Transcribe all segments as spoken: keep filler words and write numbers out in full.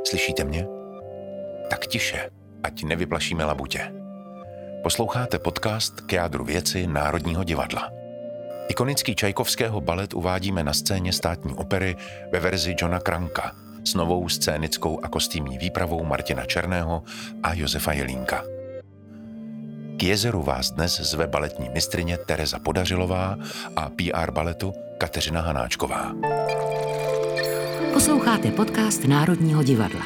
Slyšíte mě? Tak tiše, ať nevyplašíme labutě. Posloucháte podcast K jádru věci Národního divadla. Ikonický Čajkovského balet uvádíme na scéně Státní opery ve verzi Johna Cranka s novou scénickou a kostýmní výpravou Martina Černého a Josefa Jelínka. K jezeru vás dnes zve baletní mistryně Tereza Podařilová a P R baletu Kateřina Hanáčková. Posloucháte podcast Národního divadla.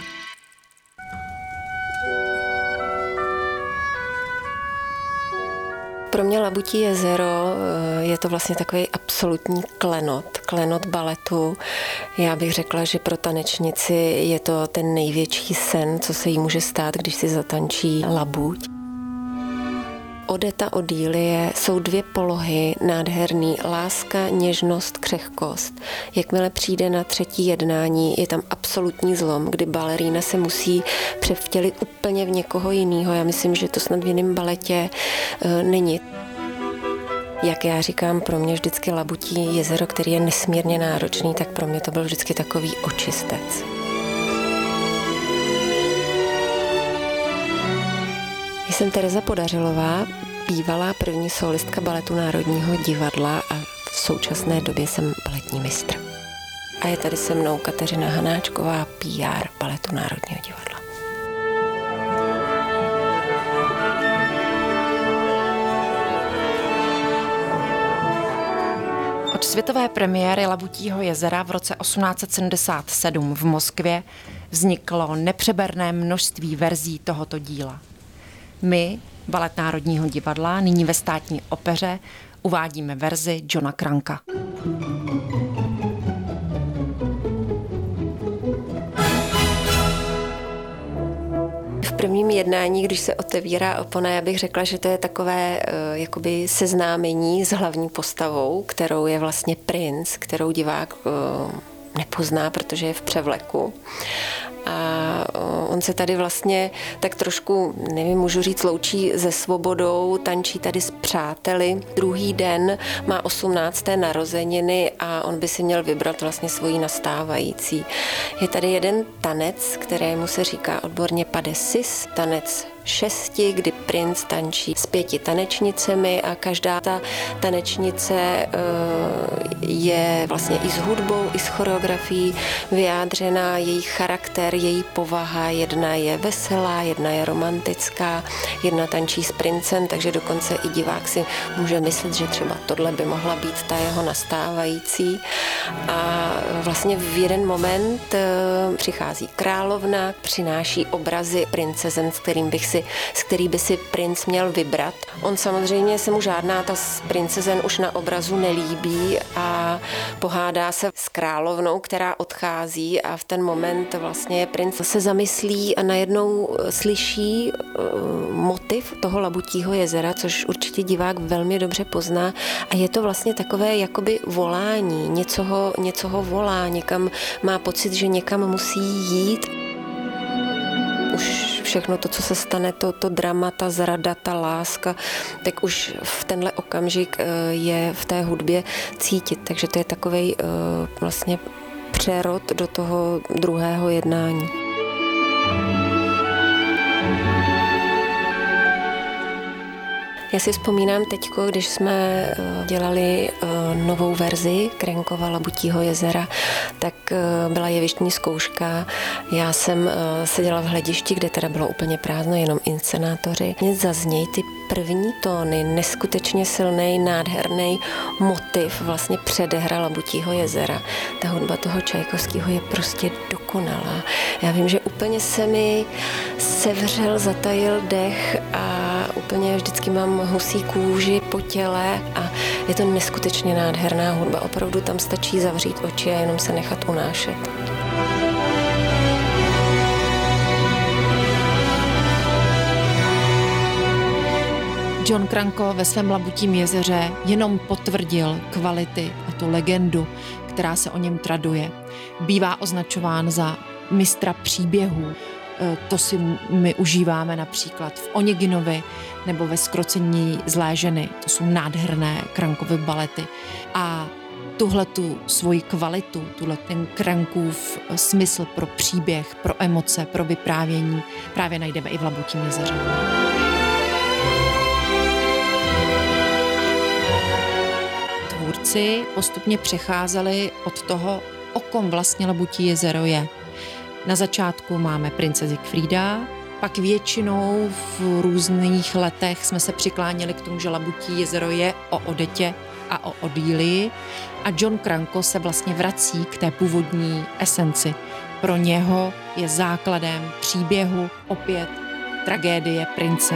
Pro mě Labutí jezero je to vlastně takový absolutní klenot, klenot baletu. Já bych řekla, že pro tanečnici je to ten největší sen, co se jí může stát, když si zatančí labuť. Odeta, Odílie jsou dvě polohy nádherný, láska, něžnost, křehkost. Jakmile přijde na třetí jednání, je tam absolutní zlom, kdy balerína se musí převtělit úplně v někoho jiného. Já myslím, že to snad v jiném baletě e, není. Jak já říkám, pro mě vždycky Labutí jezero, který je nesmírně náročný, tak pro mě to byl vždycky takový očistec. Jsem Tereza Podařilová, bývalá první solistka baletu Národního divadla a v současné době jsem baletní mistr. A je tady se mnou Kateřina Hanáčková, P R baletu Národního divadla. Od světové premiéry Labutího jezera v roce osmnáct set sedmdesát sedm v Moskvě vzniklo nepřeberné množství verzí tohoto díla. My, balet Národního divadla, nyní ve Státní opeře, uvádíme verzi Johna Cranka. V prvním jednání, když se otevírá opona, já bych řekla, že to je takové uh, jakoby seznámení s hlavní postavou, kterou je vlastně princ, kterou divák uh, nepozná, protože je v převleku. A on se tady vlastně tak trošku, nevím, můžu říct, loučí se svobodou, tančí tady s přáteli. Druhý den má osmnácté narozeniny a on by si měl vybrat vlastně svoji nastávající. Je tady jeden tanec, kterému se říká odborně padesis, tanec šesti, kdy princ tančí s pěti tanečnicemi a každá ta tanečnice je vlastně i s hudbou, i s choreografií vyjádřená, její charakter, její povaha. Jedna je veselá, jedna je romantická, jedna tančí s princem, takže dokonce i divák si může myslet, že třeba tohle by mohla být ta jeho nastávající. A vlastně v jeden moment přichází královna, přináší obrazy princezen, s kterým bych si, s který by si princ měl vybrat. On samozřejmě se mu žádná ta princezen už na obrazu nelíbí a pohádá se s královnou, která odchází a v ten moment vlastně princ se zamyslí a najednou slyší uh, motiv toho Labutího jezera, což určitě divák velmi dobře pozná a je to vlastně takové jakoby volání, něco ho, něco ho volá, někam má pocit, že někam musí jít. Už všechno to, co se stane, to, to drama, ta zrada, ta láska, tak už v tenhle okamžik je v té hudbě cítit. Takže to je takovej vlastně přerod do toho druhého jednání. Já si vzpomínám teďko, když jsme dělali novou verzi Crankova Labutího jezera, tak byla jevištní zkouška. Já jsem seděla v hledišti, kde teda bylo úplně prázdno, jenom inscenátoři. Mě zaznějí ty první tóny, neskutečně silný, nádherný motiv vlastně předehra Labutího jezera. Ta hudba toho Čajkovského je prostě dokonalá. Já vím, že úplně se mi sevřel, zatajil dech a úplně vždycky mám husí kůži po těle a je to neskutečně nádherná hudba. Opravdu tam stačí zavřít oči a jenom se nechat unášet. John Cranko ve svém Labutím jezeře jenom potvrdil kvality a tu legendu, která se o něm traduje. Bývá označován za mistra příběhů. To si my užíváme například v Oneginovi nebo ve Zkrocení zlé ženy. To jsou nádherné Crankovy balety. A tuhle tu svoji kvalitu, tuhle ten Krankův smysl pro příběh, pro emoce, pro vyprávění právě najdeme i v Labutím jezeře. Tvůrci postupně přecházeli od toho, o kom vlastně Labutí jezero je. Na začátku máme prince Siegfrieda, pak většinou v různých letech jsme se přikláněli k tomu, že Labutí jezero je o Odetě a o Odílii a John Cranko se vlastně vrací k té původní esenci. Pro něho je základem příběhu opět tragédie prince.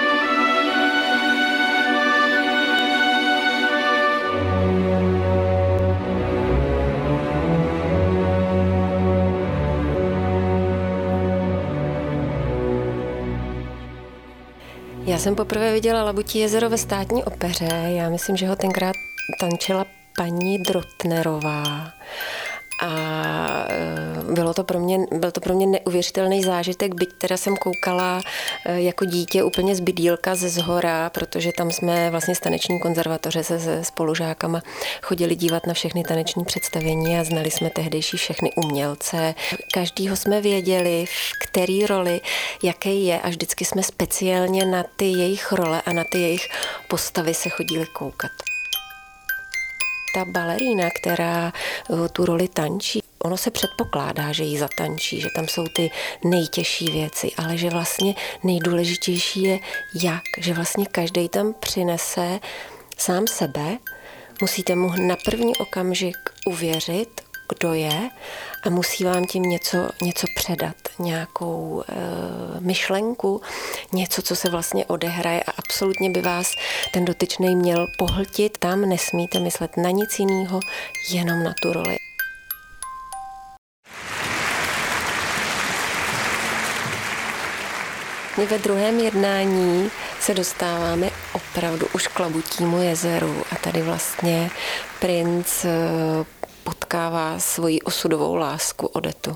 Já jsem poprvé viděla Labutí jezero ve Státní opeře. Já myslím, že ho tenkrát tančila paní Drotnerová. A bylo to pro mě, byl to pro mě neuvěřitelný zážitek, byť teda jsem koukala jako dítě úplně z bydýlka ze zhora, protože tam jsme vlastně z taneční konzervatoře se, se spolužákama chodili dívat na všechny taneční představení a znali jsme tehdejší všechny umělce. Každýho jsme věděli, v který roli, jaký je a vždycky jsme speciálně na ty jejich role a na ty jejich postavy se chodili koukat. Ta balerína, která tu roli tančí, ono se předpokládá, že ji zatančí, že tam jsou ty nejtěžší věci, ale že vlastně nejdůležitější je jak, že vlastně každý tam přinese sám sebe, musíte mu na první okamžik uvěřit, kdo je a musí vám tím něco, něco předat, nějakou e, myšlenku, něco, co se vlastně odehraje a absolutně by vás ten dotyčný měl pohltit. Tam nesmíte myslet na nic jiného, jenom na tu roli. Ve druhém jednání se dostáváme opravdu už k Labutímu jezeru a tady vlastně princ potkává svoji osudovou lásku Odetu.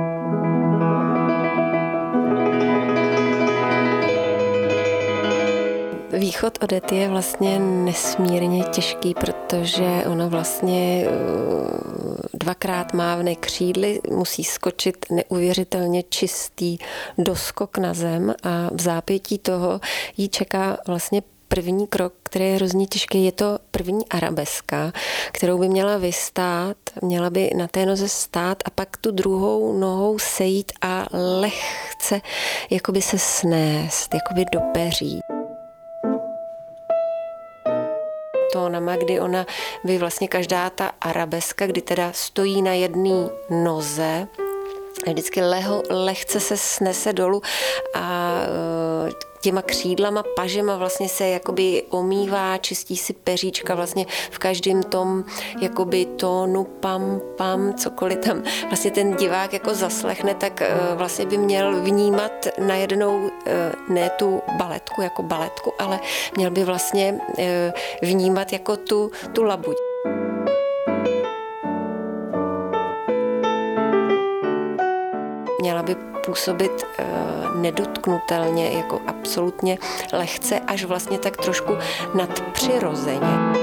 Východ Odety je vlastně nesmírně těžký, protože ona vlastně dvakrát mávne křídly, musí skočit neuvěřitelně čistý doskok na zem a v zápětí toho jí čeká vlastně první krok, který je hrozně těžký, je to první arabeska, kterou by měla vystát, měla by na té noze stát a pak tu druhou nohou sejít a lehce jakoby se snést, jakoby do peří. Tónama, kdy ona by vlastně každá ta arabeska, kdy teda stojí na jedné noze, vždycky leho, lehce se snese dolů a těma křídlama, pažema vlastně se jakoby omývá, čistí si peříčka vlastně v každém tom jakoby tónu pam, pam, cokoliv tam vlastně ten divák jako zaslechne, tak vlastně by měl vnímat najednou ne tu baletku jako baletku, ale měl by vlastně vnímat jako tu, tu labuť. Měla by působit e, nedotknutelně, jako absolutně lehce, až vlastně tak trošku nadpřirozeně.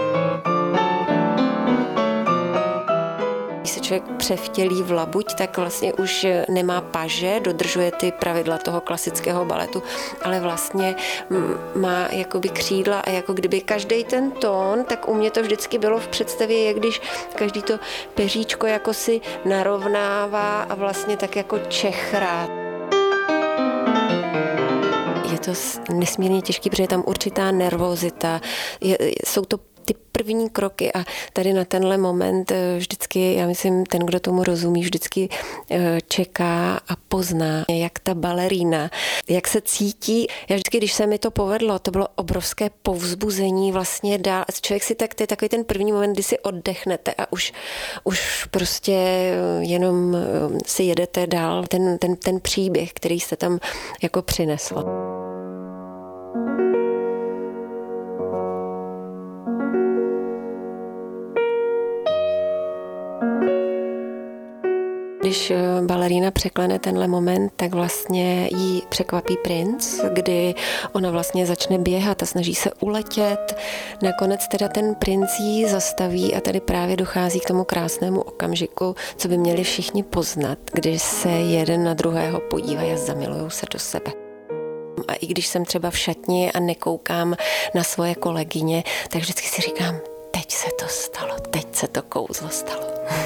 Když se člověk převtělí v labuť, tak vlastně už nemá paže, dodržuje ty pravidla toho klasického baletu, ale vlastně má jakoby křídla a jako kdyby každý ten tón, tak u mě to vždycky bylo v představě, jak když každý to peříčko jako si narovnává a vlastně tak jako čechrá. Je to nesmírně těžký, protože je tam určitá nervozita, je, jsou to ty první kroky a tady na tenhle moment vždycky, já myslím, ten, kdo tomu rozumí, vždycky čeká a pozná, jak ta balerína, jak se cítí. Já vždycky, když se mi to povedlo, to bylo obrovské povzbuzení vlastně dál. Člověk si tak, to je takový ten první moment, kdy si oddechnete a už, už prostě jenom si jedete dál ten, ten, ten příběh, který jste tam jako přinesl. Když balerína překlene tenhle moment, tak vlastně jí překvapí princ, kdy ona vlastně začne běhat a snaží se uletět. Nakonec teda ten princ jí zastaví a tady právě dochází k tomu krásnému okamžiku, co by měli všichni poznat, když se jeden na druhého podívají a zamilujou se do sebe. A i když jsem třeba v šatni a nekoukám na svoje kolegyně, tak vždycky si říkám, teď se to stalo, teď se to kouzlo stalo.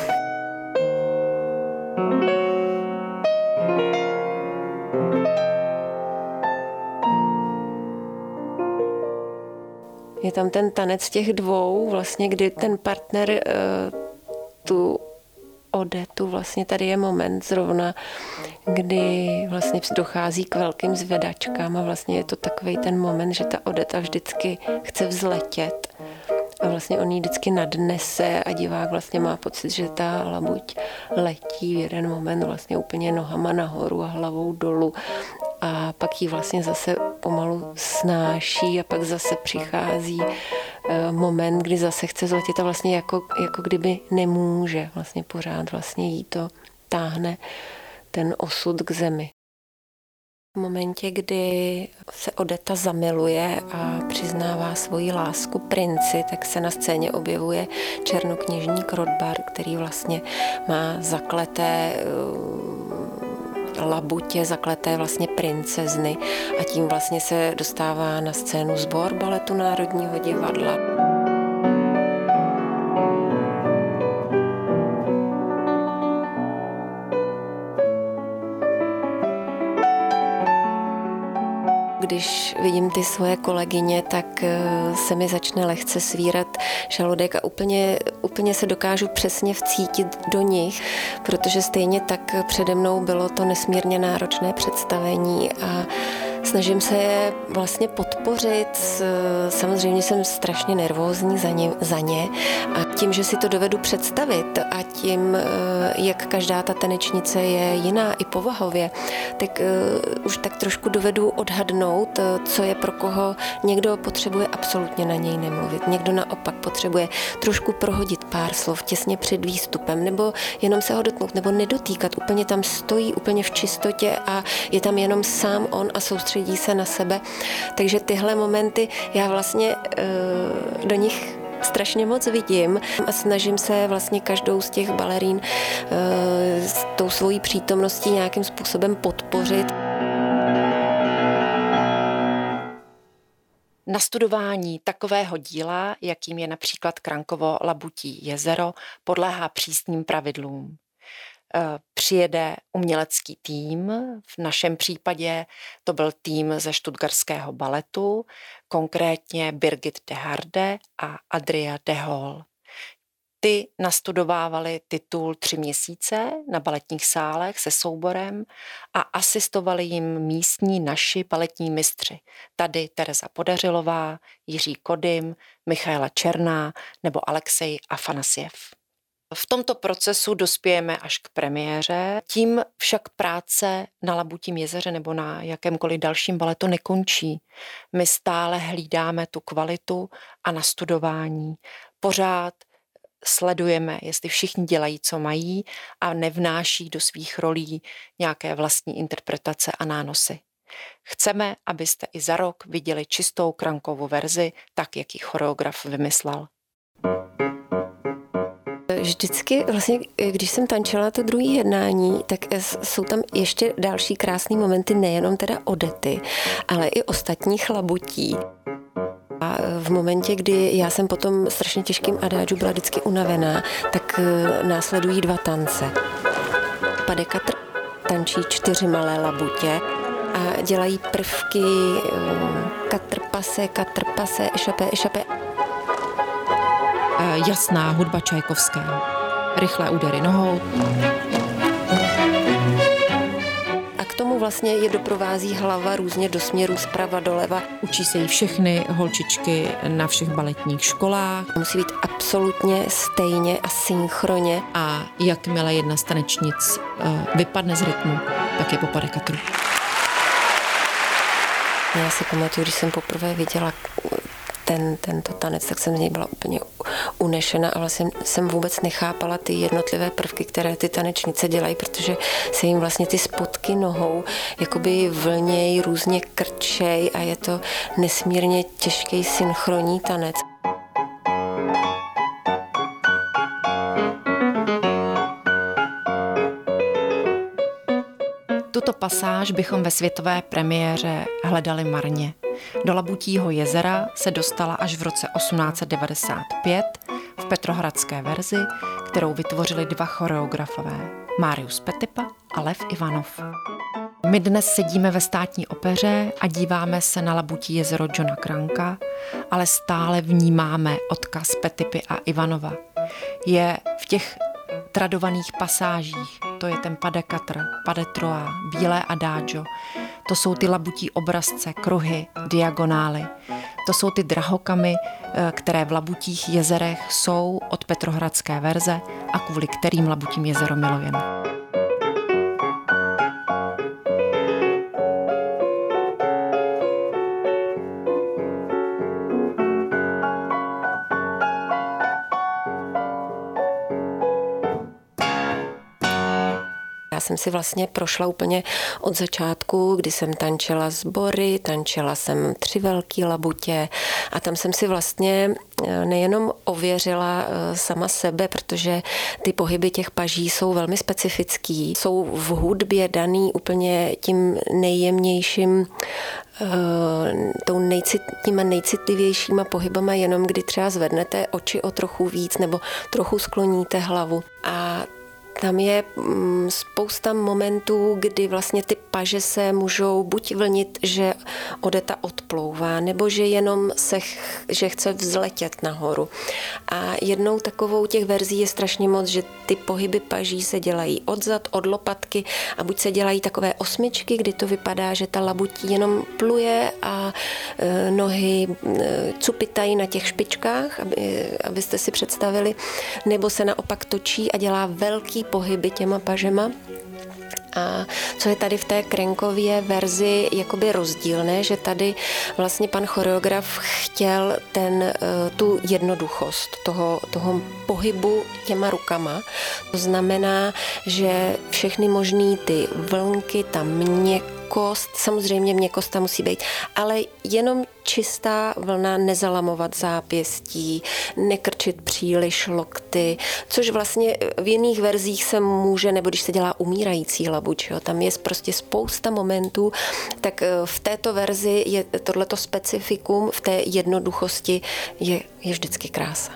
Je tam ten tanec těch dvou, vlastně, kdy ten partner uh, tu Odetu, vlastně tady je moment zrovna, kdy vlastně dochází k velkým zvedačkám a vlastně je to takový ten moment, že ta Odeta vždycky chce vzletět a vlastně on ji vždycky nadnese a divák vlastně má pocit, že ta labuť letí v jeden moment vlastně úplně nohama nahoru a hlavou dolů a pak ji vlastně zase pomalu snáší a pak zase přichází moment, kdy zase chce zletět a vlastně jako, jako kdyby nemůže, vlastně pořád vlastně jí to táhne ten osud k zemi. V momentě, kdy se Odeta zamiluje a přiznává svoji lásku princi, tak se na scéně objevuje černokněžník Rodbar, který vlastně má zakleté labutě, zakleté vlastně princezny a tím vlastně se dostává na scénu sbor Baletu Národního divadla. Když vidím ty svoje kolegyně, tak se mi začne lehce svírat žaludek a úplně, úplně se dokážu přesně vcítit do nich, protože stejně tak přede mnou bylo to nesmírně náročné představení a snažím se je vlastně podpořit. Samozřejmě jsem strašně nervózní za ně, za ně a tím, že si to dovedu představit a tím, jak každá ta tanečnice je jiná i povahově, tak už tak trošku dovedu odhadnout, co je pro koho. Někdo potřebuje absolutně na něj nemluvit, někdo naopak potřebuje trošku prohodit pár slov těsně před výstupem, nebo jenom se ho dotknout, nebo nedotýkat. Úplně tam stojí, úplně v čistotě a je tam jenom sám on a soustředí se na sebe. Takže tyhle momenty já vlastně uh, do nich strašně moc vidím a snažím se vlastně každou z těch balerín uh, s tou svojí přítomností nějakým způsobem podpořit. Nastudování takového díla, jakým je například Crankovo Labutí jezero, podléhá přísným pravidlům. Přijede umělecký tým, v našem případě to byl tým ze Stuttgartského baletu, konkrétně Birgit de Harde a Adria de Hol. Ty nastudovávali titul tři měsíce na baletních sálech se souborem a asistovali jim místní naši baletní mistři. Tady Tereza Podařilová, Jiří Kodym, Michaela Černá nebo Alexej Afanasjev. V tomto procesu dospějeme až k premiéře, tím však práce na Labutím jezeře nebo na jakémkoliv dalším baletu nekončí. My stále hlídáme tu kvalitu a nastudování. Pořád sledujeme, jestli všichni dělají, co mají a nevnáší do svých rolí nějaké vlastní interpretace a nánosy. Chceme, abyste i za rok viděli čistou Crankovu verzi, tak, jak ji choreograf vymyslel. Vždycky, vlastně, když jsem tančila to druhé jednání, tak jsou tam ještě další krásné momenty, nejenom teda Odety, ale i ostatních labutí. A v momentě, kdy já jsem po tom strašně těžkým adágiu byla vždycky unavená, tak následují dva tance. Padekatr tančí čtyři malé labutě a dělají prvky katrpase, katrpase, ešape, ešape. Jasná hudba Čajkovského. Rychlé údery nohou. A k tomu vlastně je doprovází hlava různě do směru zprava doleva. Učí se jí všechny holčičky na všech baletních školách. Musí být absolutně stejně a synchronně. A jakmile jedna z tanečnic vypadne z rytmu, tak je po padekatru. Já si pamatuju, když jsem poprvé viděla ten, tento tanec, tak jsem z něj byla úplně unešena a vlastně jsem vůbec nechápala ty jednotlivé prvky, které ty tanečnice dělají, protože se jim vlastně ty spodky nohou jakoby vlněj, různě krčej a je to nesmírně těžký synchronní tanec. Tuto pasáž bychom ve světové premiéře hledali marně. Do Labutího jezera se dostala až v roce osmnáct set devadesát pět v petrohradské verzi, kterou vytvořili dva choreografové, Marius Petipa a Lev Ivanov. My dnes sedíme ve Státní opeře a díváme se na Labutí jezero Johna Cranka, ale stále vnímáme odkaz Petipy a Ivanova. Je v těch tradovaných pasážích, to je ten pas de quatre, pas de trois, bílé adagio, to jsou ty labutí obrazce, kruhy, diagonály, to jsou ty drahokamy, které v Labutích jezerech jsou od petrohradské verze a kvůli kterým Labutím jezero milujeme. Já jsem si vlastně prošla úplně od začátku, kdy jsem tančila sbory, tančila jsem tři velký labutě a tam jsem si vlastně nejenom ověřila sama sebe, protože ty pohyby těch paží jsou velmi specifický, jsou v hudbě daný úplně tím nejjemnějším tou nejcit, těma nejcitlivějšíma pohybama, jenom kdy třeba zvednete oči o trochu víc nebo trochu skloníte hlavu. A tam je spousta momentů, kdy vlastně ty paže se můžou buď vlnit, že Odeta odplouvá, nebo že jenom se, že chce vzletět nahoru. A jednou takovou těch verzí je strašně moc, že ty pohyby paží se dělají odzad, od lopatky a buď se dělají takové osmičky, kdy to vypadá, že ta labutí jenom pluje a e, nohy e, cupitají na těch špičkách, aby, abyste si představili, nebo se naopak točí a dělá velký pohyby těma pažema. A co je tady v té Crankově verzi jakoby rozdílné, že tady vlastně pan choreograf chtěl ten, tu jednoduchost toho, toho pohybu těma rukama. To znamená, že všechny možný ty vlnky, ta měkkost, samozřejmě měkkost tam musí být, ale jenom čistá vlna, nezalamovat zápěstí, nekrčit příliš lokty, což vlastně v jiných verzích se může, nebo když se dělá umírající labuť, jo, tam je prostě spousta momentů, tak v této verzi je tohleto specifikum v té jednoduchosti je, je vždycky krása.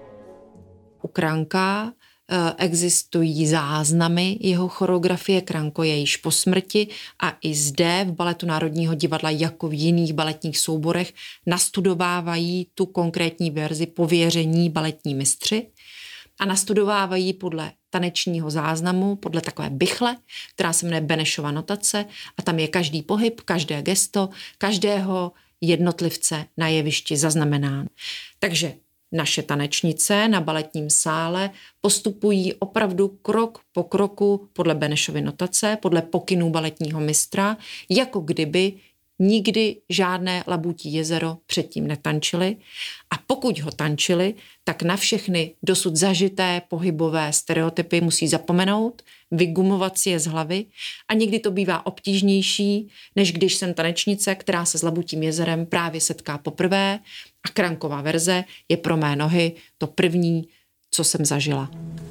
U Cranka existují záznamy jeho choreografie. Cranko je již po smrti a i zde v Baletu Národního divadla jako v jiných baletních souborech nastudovávají tu konkrétní verzi pověření baletní mistři a nastudovávají podle tanečního záznamu, podle takové bichle, která se jmenuje Benešova notace a tam je každý pohyb, každé gesto, každého jednotlivce na jevišti zaznamenán. Takže naše tanečnice na baletním sále postupují opravdu krok po kroku podle Benešovy notace, podle pokynů baletního mistra, jako kdyby nikdy žádné Labutí jezero předtím netančili a pokud ho tančili, tak na všechny dosud zažité pohybové stereotypy musí zapomenout, vygumovat si je z hlavy a někdy to bývá obtížnější, než když jsem tanečnice, která se s Labutím jezerem právě setká poprvé a Cranková verze je pro mé nohy to první, co jsem zažila.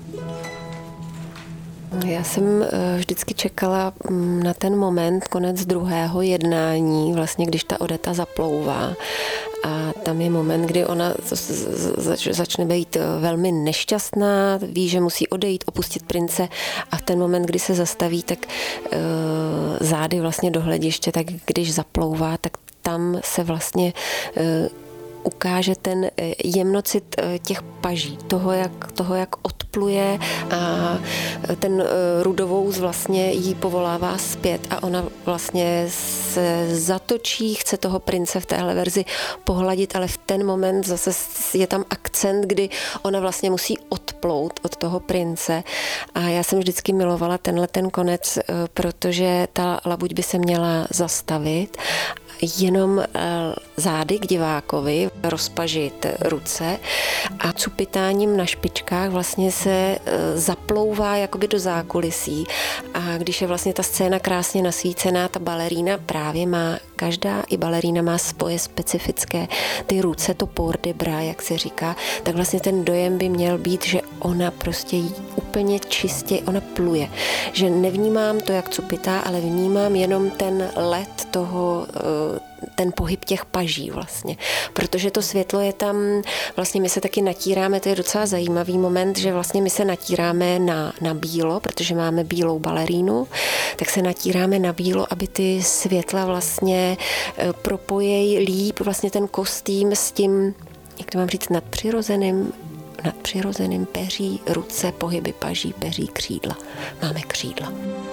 Já jsem vždycky čekala na ten moment, konec druhého jednání, vlastně když ta Odeta zaplouvá. A tam je moment, kdy ona začne být velmi nešťastná, ví, že musí odejít, opustit prince a v ten moment, kdy se zastaví, tak zády vlastně do hlediště, tak když zaplouvá, tak tam se vlastně ukáže ten jemnocit těch paží, toho, jak, toho, jak odpluje a ten rudovouz vlastně jí povolává zpět a ona vlastně se zatočí, chce toho prince v téhle verzi pohladit, ale v ten moment zase je tam akcent, kdy ona vlastně musí odplout od toho prince a já jsem vždycky milovala tenhle ten konec, protože ta labuť by se měla zastavit jenom zády k divákovi, rozpažit ruce a cupitáním na špičkách vlastně se zaplouvá jakoby do zákulisí. A když je vlastně ta scéna krásně nasvícená, ta balerína právě má, každá i balerína má svoje specifické ty ruce, to port de bras, jak se říká, tak vlastně ten dojem by měl být, že ona prostě úplně čistě, ona pluje. Že nevnímám to, jak cupitá, ale vnímám jenom ten let toho, ten pohyb těch paží vlastně. Protože to světlo je tam, vlastně my se taky natíráme, to je docela zajímavý moment, že vlastně my se natíráme na, na bílo, protože máme bílou balerínu, tak se natíráme na bílo, aby ty světla vlastně propojejí líp vlastně ten kostým s tím, jak to mám říct, nadpřirozeným nadpřirozeným peří, ruce, pohyby paží, peří, křídla. Máme křídla.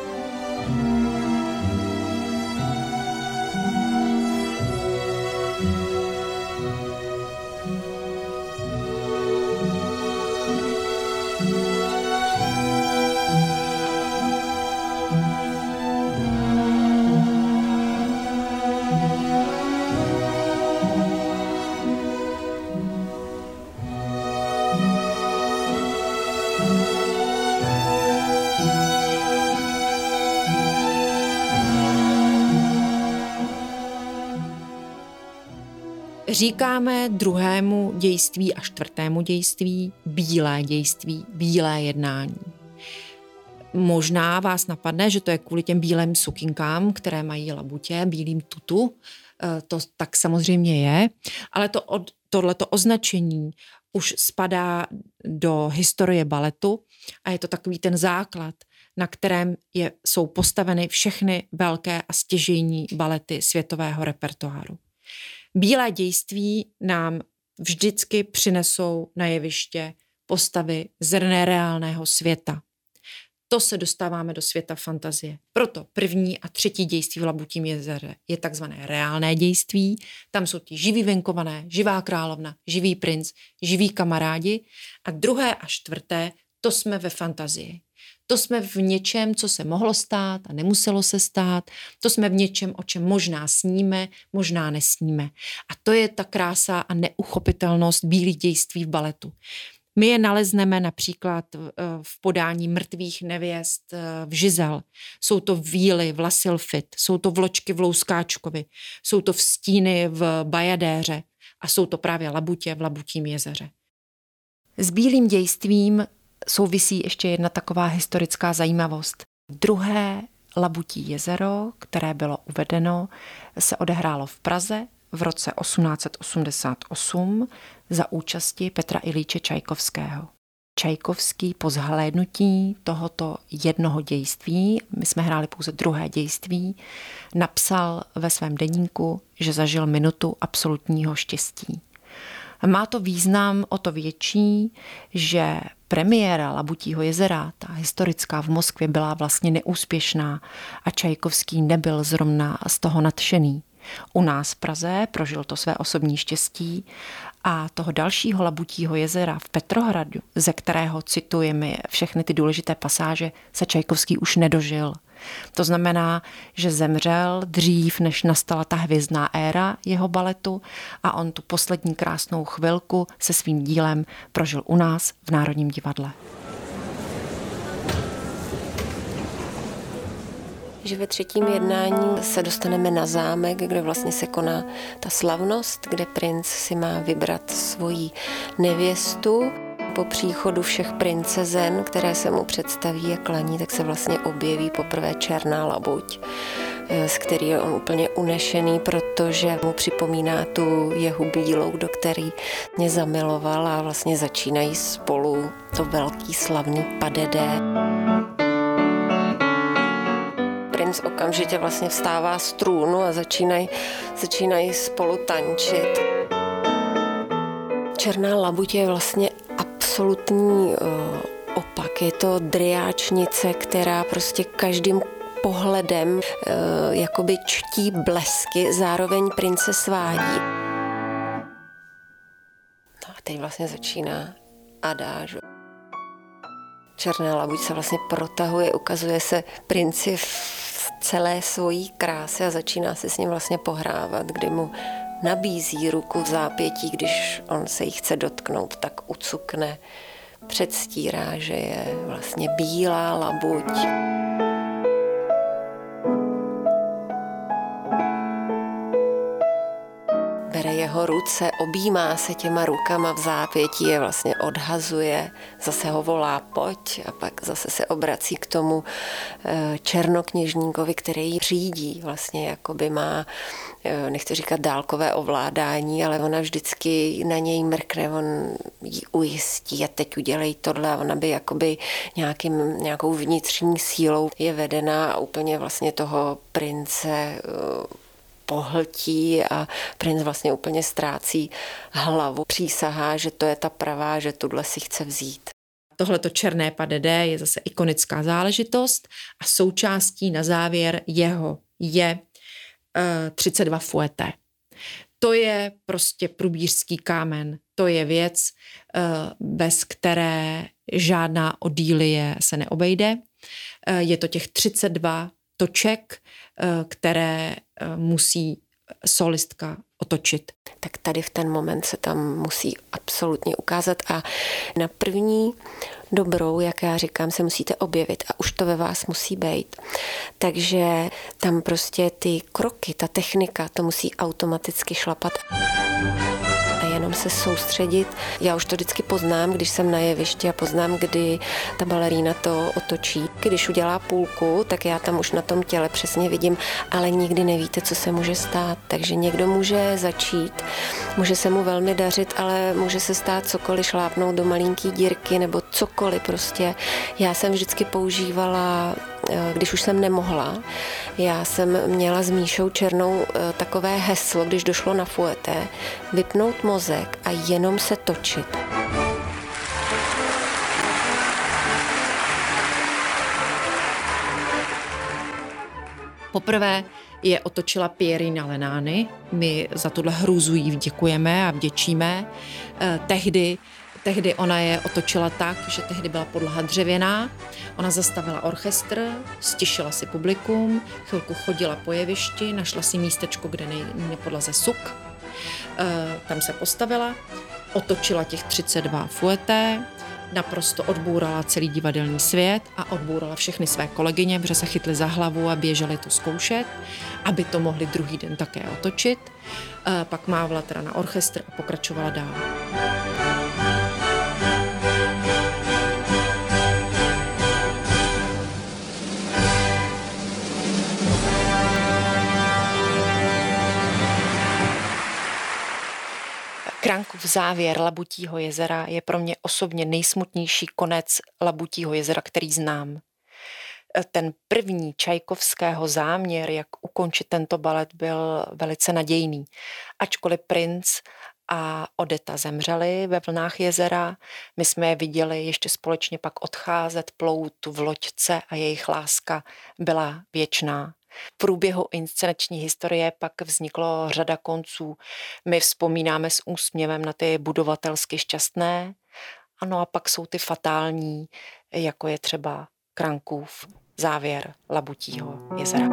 Říkáme druhému dějství a čtvrtému dějství bílé dějství, bílé jednání. Možná vás napadne, že to je kvůli těm bílým sukinkám, které mají labutě, bílým tutu. To tak samozřejmě je, ale to od, tohleto označení už spadá do historie baletu a je to takový ten základ, na kterém je, jsou postaveny všechny velké a stěžejní balety světového repertoáru. Bílé dějství nám vždycky přinesou na jeviště postavy z nereálného světa. To se dostáváme do světa fantazie. Proto první a třetí dějství v Labutím jezeře je takzvané reálné dějství. Tam jsou ti živí venkované, živá královna, živý princ, živí kamarádi. A druhé a čtvrté, to jsme ve fantazii. To jsme v něčem, co se mohlo stát a nemuselo se stát. To jsme v něčem, o čem možná sníme, možná nesníme. A to je ta krása a neuchopitelnost bílých dějství v baletu. My je nalezneme například v podání mrtvých nevěst v Žizel. Jsou to víly v La Sylphide, jsou to vločky v Louskáčkovi, jsou to vstíny v Bajadéře a jsou to právě labutě v Labutím jezeře. S bílým dějstvím souvisí ještě jedna taková historická zajímavost. Druhé Labutí jezero, které bylo uvedeno, se odehrálo v Praze v roce osmnáct osmdesát osm za účasti Petra Iljiče Čajkovského. Čajkovský po zhlédnutí tohoto jednoho dějství, my jsme hráli pouze druhé dějství, napsal ve svém deníku, že zažil minutu absolutního štěstí. Má to význam o to větší, že premiéra Labutího jezera, ta historická v Moskvě, byla vlastně neúspěšná a Čajkovský nebyl zrovna z toho nadšený. U nás v Praze prožil to své osobní štěstí a toho dalšího Labutího jezera v Petrohradu, ze kterého citujeme všechny ty důležité pasáže, se Čajkovský už nedožil. To znamená, že zemřel dřív, než nastala ta hvězdná éra jeho baletu a on tu poslední krásnou chvilku se svým dílem prožil u nás v Národním divadle. Že ve třetím jednání se dostaneme na zámek, kde vlastně se koná ta slavnost, kde princ si má vybrat svoji nevěstu. Po příchodu všech princezen, které se mu představí a klaní, tak se vlastně objeví poprvé černá labuť, z který je on úplně unešený, protože mu připomíná tu jeho bílou, do který mě zamiloval a vlastně začínají spolu to velký slavný padedé. Princ okamžitě vlastně vstává z trůnu a začínají, začínají spolu tančit. Černá labuť je vlastně absolutní uh, opak. Je to driáčnice, která prostě každým pohledem uh, jakoby čtí blesky, zároveň prince svádí. No a teď vlastně začíná adáž. Černá labuť se vlastně protahuje, ukazuje se princi v celé svojí krásy a začíná se s ním vlastně pohrávat, kdy mu nabízí ruku v zápětí, když on se jí chce dotknout, tak ucukne, předstírá, že je vlastně bílá labuť. Bere jeho ruce, objímá se těma rukama v zápětí, je vlastně odhazuje, zase ho volá pojď a pak zase se obrací k tomu černokněžníkovi, který ji řídí, vlastně jakoby má, nechci říkat dálkové ovládání, ale ona vždycky na něj mrkne, on ji ujistí a teď udělej tohle a ona by jakoby nějakým, nějakou vnitřní sílou je vedená a úplně vlastně toho prince pohltí a princ vlastně úplně ztrácí hlavu. Přísahá, že to je ta pravá, že tuhle si chce vzít. Tohleto černé padedé je zase ikonická záležitost a součástí na závěr jeho je uh, třicet dva fouetté. To je prostě průbířský kámen. To je věc, uh, bez které žádná odýlie se neobejde. Uh, je to těch třicet dva toček, které musí solistka otočit. Tak tady v ten moment se tam musí absolutně ukázat a na první dobrou, jak já říkám, se musíte objevit a už to ve vás musí být. Takže tam prostě ty kroky, ta technika, to musí automaticky šlapat a jenom se soustředit. Já už to vždycky poznám, když jsem na jevišti a poznám, kdy ta balerína to otočí. Když udělá půlku, tak já tam už na tom těle přesně vidím, ale nikdy nevíte, co se může stát. Takže někdo může začít, může se mu velmi dařit, ale může se stát cokoliv, šlápnout do malinký dírky nebo cokoliv prostě. Já jsem vždycky používala, když už jsem nemohla, já jsem měla s Míšou Černou takové heslo, když došlo na fouetté, vypnout mozek a jenom se točit. Poprvé je otočila Pierina Lenány. My za tuhle hrůzu jí děkujeme a vděčíme. Eh, tehdy, tehdy ona je otočila tak, že tehdy byla podlaha dřevěná. Ona zastavila orchestr, stišila si publikum, chvilku chodila po jevišti, našla si místečko, kde nej, na podlaze suk. Eh, tam se postavila, otočila těch třicet dva fouetté, naprosto odbourala celý divadelní svět a odbourala všechny své kolegyně, protože se chytly za hlavu a běželi to zkoušet, aby to mohli druhý den také otočit. E, pak mávla teda na orchestr a pokračovala dál. Krankův závěr Labutího jezera je pro mě osobně nejsmutnější konec Labutího jezera, který znám. Ten první Čajkovského záměr, jak ukončit tento balet, byl velice nadějný. Ačkoliv princ a Odeta zemřeli ve vlnách jezera, my jsme je viděli ještě společně pak odcházet, plout v loďce a jejich láska byla věčná. V průběhu inscenační historie pak vzniklo řada konců. My vzpomínáme s úsměvem na ty budovatelsky šťastné, ano a pak jsou ty fatální, jako je třeba Krankův závěr Labutího jezera.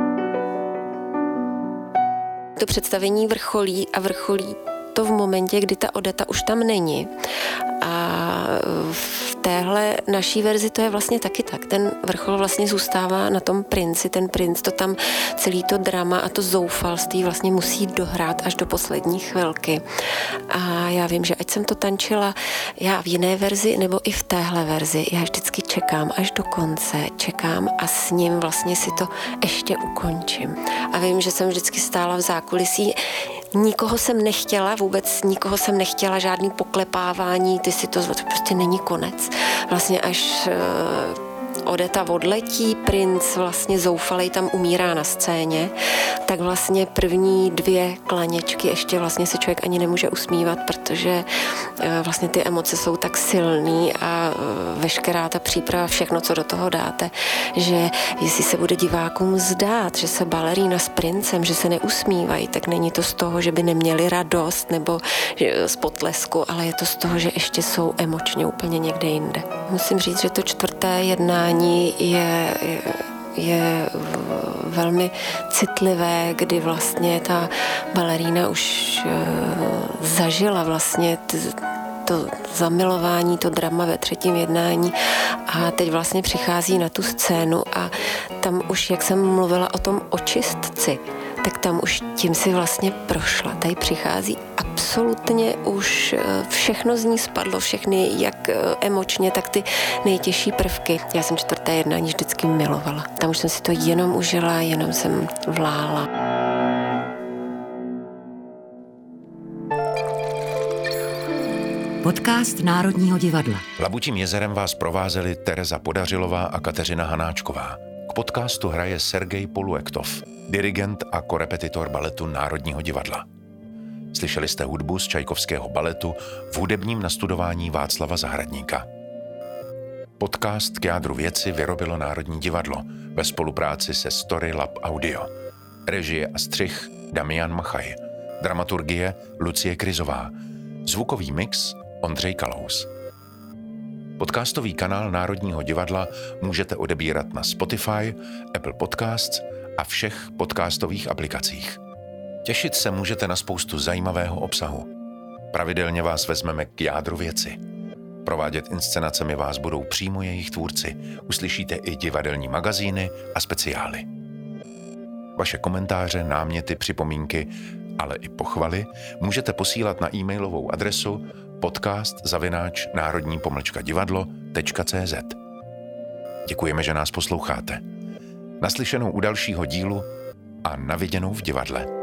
To představení vrcholí a vrcholí to v momentě, kdy ta Odeta už tam není. A v téhle naší verzi to je vlastně taky tak. Ten vrchol vlastně zůstává na tom princi. Ten princ to tam celý to drama a to zoufalství vlastně musí dohrát až do poslední chvilky. A já vím, že ať jsem to tančila já v jiné verzi nebo i v téhle verzi, já vždycky čekám až do konce, čekám a s ním vlastně si to ještě ukončím. A vím, že jsem vždycky stála v zákulisí. Nikoho jsem nechtěla, vůbec nikoho jsem nechtěla, žádný poklepávání, ty si to, to prostě není konec. Vlastně až uh, Odeta odletí, princ vlastně zoufalej tam umírá na scéně, tak vlastně první dvě klaněčky ještě vlastně se člověk ani nemůže usmívat, protože uh, vlastně ty emoce jsou tak silný a uh, veškerá ta příprava, všechno, co do toho dáte, že jestli se bude divákům zdát, že se balerína s princem, že se neusmívají, tak není to z toho, že by neměli radost nebo z potlesku, ale je to z toho, že ještě jsou emočně úplně někde jinde. Musím říct, že to čtvrté jednání je, je, je velmi citlivé, kdy vlastně ta balerína už zažila vlastně to zamilování, to drama ve třetím jednání a teď vlastně přichází na tu scénu a tam už, jak jsem mluvila o tom očistci, tak tam už tím si vlastně prošla. Tady přichází absolutně už všechno z ní spadlo, všechny jak emočně, tak ty nejtěžší prvky. Já jsem čtvrté jednání vždycky milovala. Tam už jsem si to jenom užila, jenom jsem vlála. Podcast Národního divadla. Labutím jezerem vás provázeli Tereza Podařilová a Kateřina Hanáčková. K podcastu hraje Sergej Poluektov, dirigent a korepetitor baletu Národního divadla. Slyšeli jste hudbu z Čajkovského baletu v hudebním nastudování Václava Zahradníka. Podcast K jádru věci vyrobilo Národní divadlo ve spolupráci se Story Lab Audio. Režie a střih Damian Machaj. Dramaturgie Lucie Kryzová. Zvukový mix Ondřej Kalous. Podcastový kanál Národního divadla můžete odebírat na Spotify, Apple Podcasts a všech podcastových aplikacích. Těšit se můžete na spoustu zajímavého obsahu. Pravidelně vás vezmeme k jádru věci. Provádět inscenacemi vás budou přímo jejich tvůrci. Uslyšíte i divadelní magazíny a speciály. Vaše komentáře, náměty, připomínky, ale i pochvaly můžete posílat na e-mailovou adresu podcast zavináč národní pomlčka divadlo tečka cé zet. Děkujeme, že nás posloucháte. Naslyšenou u dalšího dílu a na viděnou v divadle.